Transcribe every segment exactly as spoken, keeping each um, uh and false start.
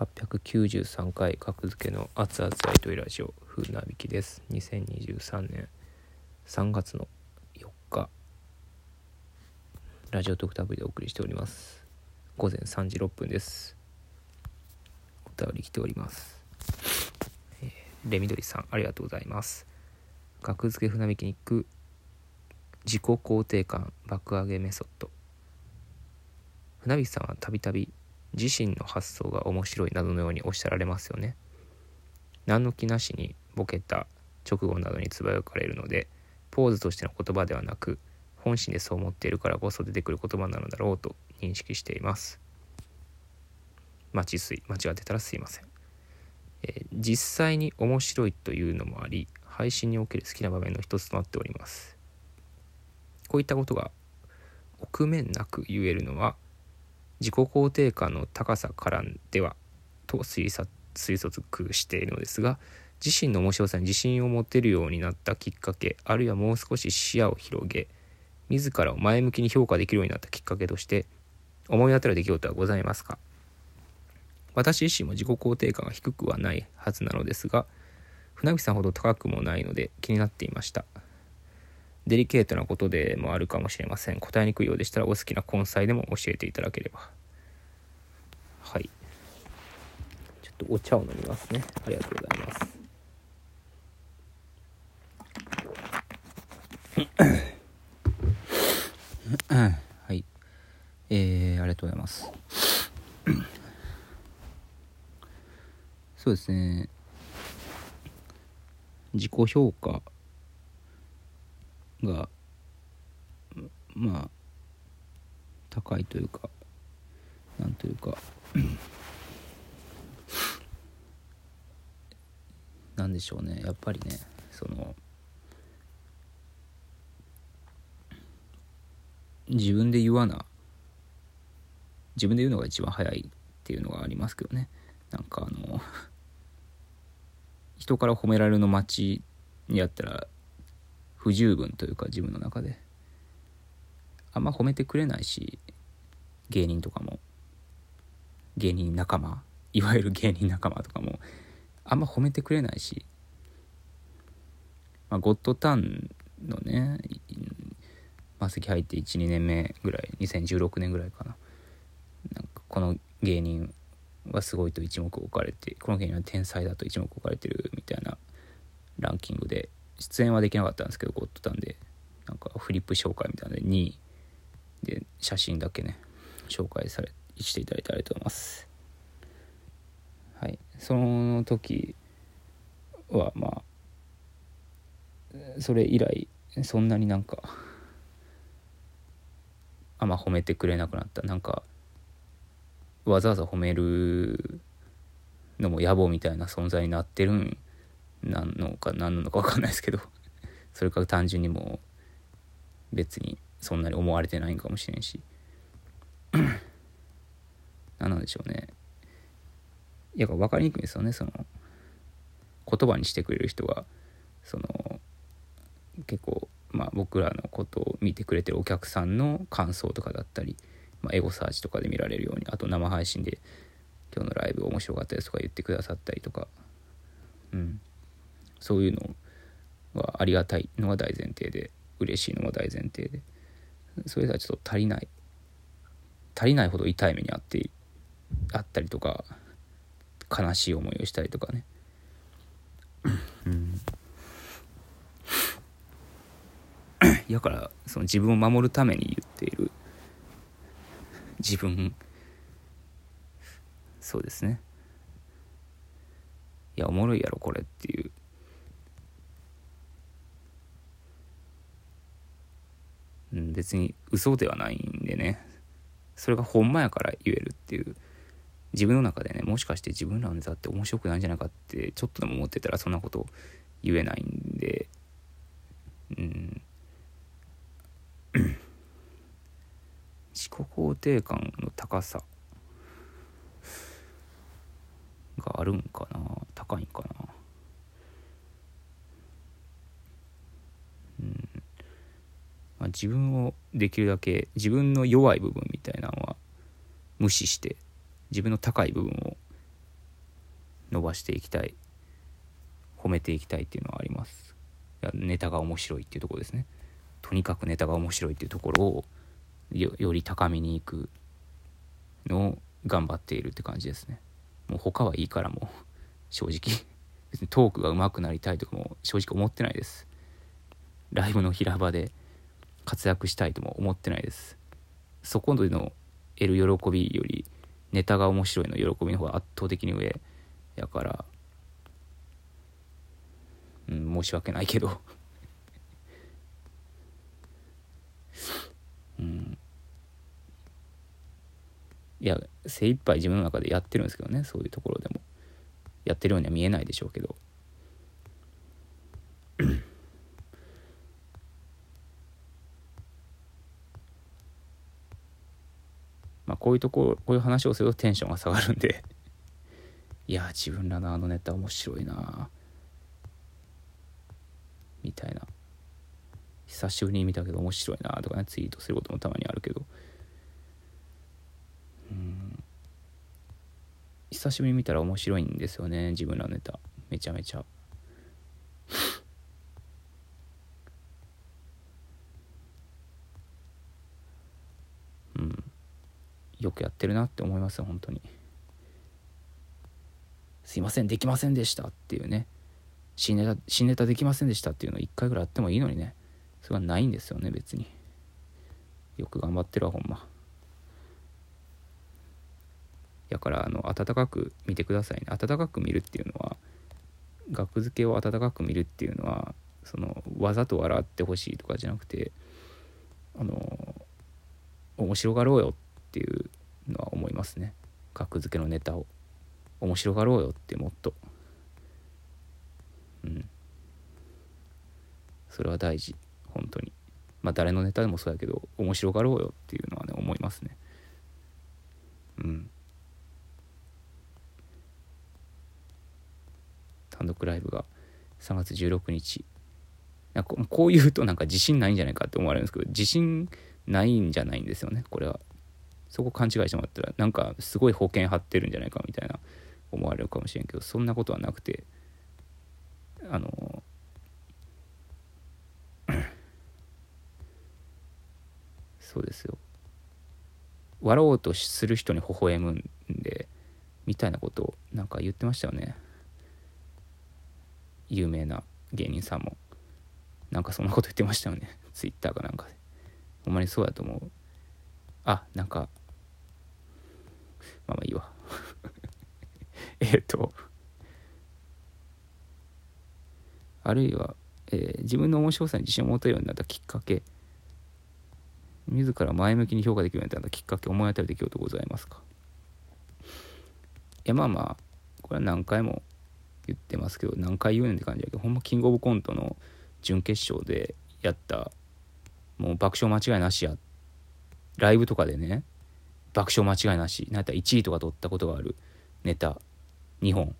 はっぴゃくきゅうじゅうさんかい格付けの熱々やりとりラジオ風なびきです。にせんにじゅうさんねんさんがつのよっか、ラジオトークタブリでお送りしております。ごぜんさんじろっぷんです。お便り来ております。えー、レミドリさん、ありがとうございます。格付け船引きに行く自己肯定感爆上げメソッド。船引さんはたびたび自身の発想が面白いなどのようにおっしゃられますよね。何の気なしにボケた直後などにつぶやかれるので、ポーズとしての言葉ではなく本心でそう思っているからこそ出てくる言葉なのだろうと認識しています。間違ってたらすいません。えー、実際に面白いというのもあり、配信における好きな場面の一つとなっております。こういったことが臆面なく言えるのは自己肯定感の高さからではと推察推測しているのですが、自身の面白さに自信を持てるようになったきっかけ、あるいはもう少し視野を広げ自らを前向きに評価できるようになったきっかけとして思い当たる出来事はございますか？私自身も自己肯定感が低くはないはずなのですが、船木さんほど高くもないので気になっていました。デリケートなことでもあるかもしれません。答えにくいようでしたらお好きな根菜でも教えていただければ。はい、ちょっとお茶を飲みますね。ありがとうございます。はい、えー、ありがとうございます。そうですね、自己評価がまあ高いというか、なんというかなんでしょうね、やっぱりね、その自分で言わな自分で言うのが一番早いっていうのがありますけどね。なんかあの人から褒められるの待ちにやったら不十分というか、自分の中であんま褒めてくれないし、芸人とかも芸人仲間いわゆる芸人仲間とかもあんま褒めてくれないし、まあ、ゴッドタンのねマセキ入っていち、にねんめぐらい、にせんじゅうろくねんぐらいかな、なんかこの芸人はすごいと一目置かれて、この芸人は天才だと一目置かれてるみたいなランキングで出演はできなかったんですけど、ゴッドタンでなんかフリップ紹介みたいなのでにいで写真だけね紹介されしていただいてありがとうございます。はい、その時はまあそれ以来そんなになんかあんま褒めてくれなくなった。なんかわざわざ褒めるのも野暮みたいな存在になってるんなんのか何なのか分かんないですけどそれから単純にもう別にそんなに思われてないんかもしれんし何なんでしょうね。いや分かりにくいですよね。その言葉にしてくれる人がその結構まあ僕らのことを見てくれてるお客さんの感想とかだったり、まあ、エゴサーチとかで見られるように、あと生配信で今日のライブ面白かったですとか言ってくださったりとか、うん、そういうのはありがたいのが大前提で、嬉しいのが大前提で、それがちょっと足りない足りないほど痛い目にあってあったりとか、悲しい思いをしたりとかね、うんだからその自分を守るために言っている自分、そうですね、いやおもろいやろこれっていう、うん、別に嘘ではないんでね、それがほんまやから言えるっていう、自分の中でね、もしかして自分らのネタって面白くないんじゃないかってちょっとでも思ってたらそんなこと言えないんで、うん自己肯定感の高さがあるんかな、高いんかな、うんまあ、自分をできるだけ自分の弱い部分みたいなのは無視して、自分の高い部分を伸ばしていきたい、褒めていきたいっていうのはあります。いやネタが面白いっていうところですね。とにかくネタが面白いっていうところを よ, より高みに行くのを頑張っているって感じですね。もう他はいいから、もう正直別にトークが上手くなりたいとかも正直思ってないです。ライブの平場で活躍したいとも思ってないです。そこでの得る喜びよりネタが面白いの喜びの方が圧倒的に上やから、うん、申し訳ないけどうん、いや精一杯自分の中でやってるんですけどね。そういうところでもやってるようには見えないでしょうけどまあこういうところこういう話をするとテンションが下がるんでいや自分らのあのネタ面白いなみたいな、久しぶりに見たけど面白いなとかね、ツイートすることもたまにあるけど、うん、久しぶりに見たら面白いんですよね、自分らのネタめちゃめちゃうん、よくやってるなって思いますよ本当に。すいませんできませんでしたっていうね、新ネタ新ネタできませんでしたっていうのいっかいぐらいあってもいいのにね、それはないんですよね別に。よく頑張ってるわほんま。だからあの温かく見てくださいね。温かく見るっていうのは、額付けを温かく見るっていうのは、そのわざと笑ってほしいとかじゃなくて、あの面白がろうよっていうのは思いますね。額付けのネタを面白がろうよってもっと、うん、それは大事本当に。まあ誰のネタでもそうやけど面白がろうよっていうのはね思いますね。うん。単独ライブがさんがつじゅうろくにち、なんかこう言うとなんか自信ないんじゃないかって思われるんですけど、自信ないんじゃないんですよねこれは。そこ勘違いしてもらったらなんかすごい保険張ってるんじゃないかみたいな思われるかもしれんけど、そんなことはなくて、あのそうですよ、笑おうとする人に微笑むんでみたいなことをなんか言ってましたよね、有名な芸人さんも。なんかそんなこと言ってましたよねツイッターかなんかで。ほんまにそうやと思う。あ、なんかまあまあいいわえっとあるいは、えー自分の面白さに自信を持てるようになったきっかけ、自ら前向きに評価できるようになったきっかけ、思い当たる出来事ございますか。いやまあまあこれは何回も言ってますけど、何回言うねんって感じだけど、ほんまキングオブコントの準決勝でやったもう爆笑間違いなしや、ライブとかでね爆笑間違いなしなんやったらいちいとか取ったことがあるネタにほん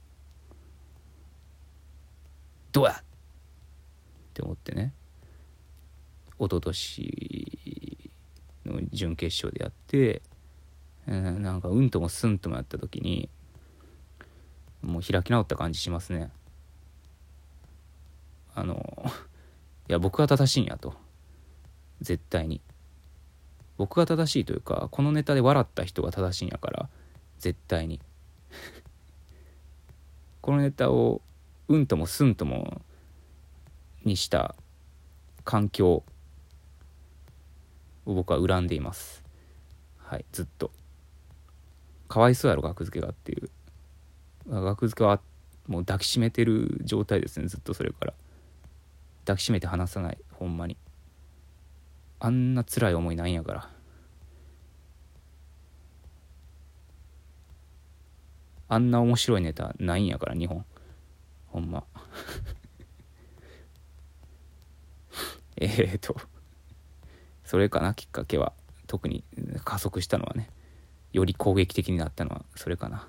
どうやって思ってね、一昨年の準決勝でやって、うん、なんかうんともすんともやった時にもう開き直った感じしますね。あのいや僕が正しいんやと、絶対に僕が正しいというか、このネタで笑った人が正しいんやから絶対にこのネタをうんともすんともにした環境を僕は恨んでいます。はい、ずっと。かわいそうやろ額付けがっていう、額付けはもう抱きしめてる状態ですねずっと。それから抱きしめて離さない、ほんまに。あんな辛い思いないんやから。あんな面白いネタないんやから日本、ほんまえーとそれかなきっかけは。特に加速したのはね、より攻撃的になったのはそれかな。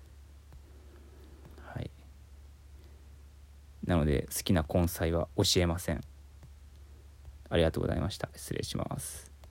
はい。なので好きな根菜は教えません。ありがとうございました。失礼します。